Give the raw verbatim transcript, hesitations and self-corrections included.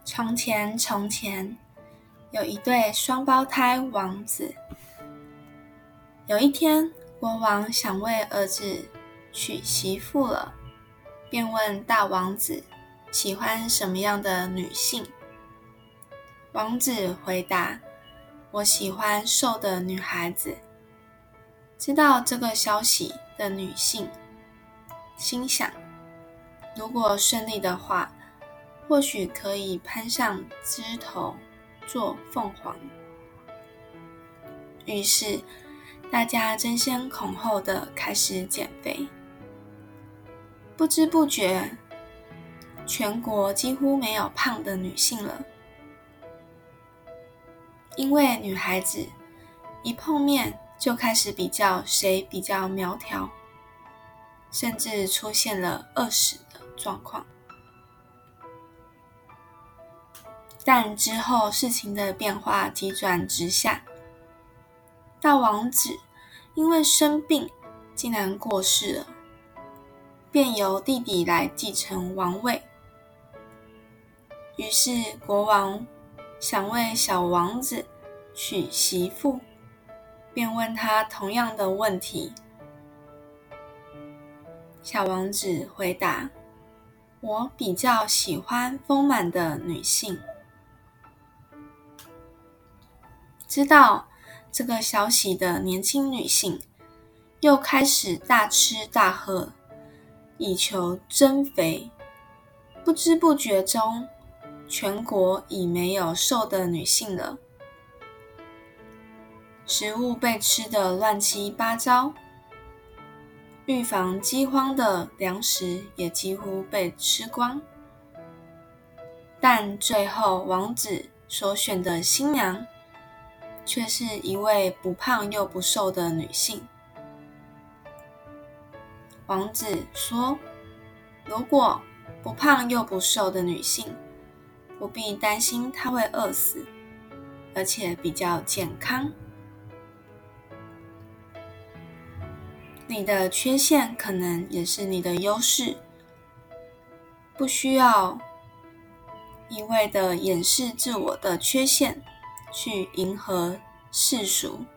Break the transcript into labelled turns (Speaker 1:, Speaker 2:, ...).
Speaker 1: 从前从前，有一对双胞胎王子。有一天，国王想为儿子娶媳妇了，便问大王子喜欢什么样的女性。王子回答：我喜欢瘦的女孩子。知道这个消息的女性心想，如果顺利的话，或许可以攀上枝头做凤凰。于是大家争先恐后的开始减肥，不知不觉全国几乎没有胖的女性了。因为女孩子一碰面就开始比较谁比较苗条，甚至出现了饿死的状况。但之后事情的变化急转直下，大王子因为生病竟然过世了，便由弟弟来继承王位。于是国王想为小王子娶媳妇，便问他同样的问题。小王子回答：我比较喜欢丰满的女性。知道这个消息的年轻女性又开始大吃大喝，以求增肥。不知不觉中，全国已没有瘦的女性了，食物被吃得乱七八糟，预防饥荒的粮食也几乎被吃光。但最后王子所选的新娘却是一位不胖又不瘦的女性。王子说，如果不胖又不瘦的女性，不必担心她会饿死，而且比较健康。你的缺陷可能也是你的优势，不需要一味的掩饰自我的缺陷，去迎合世俗。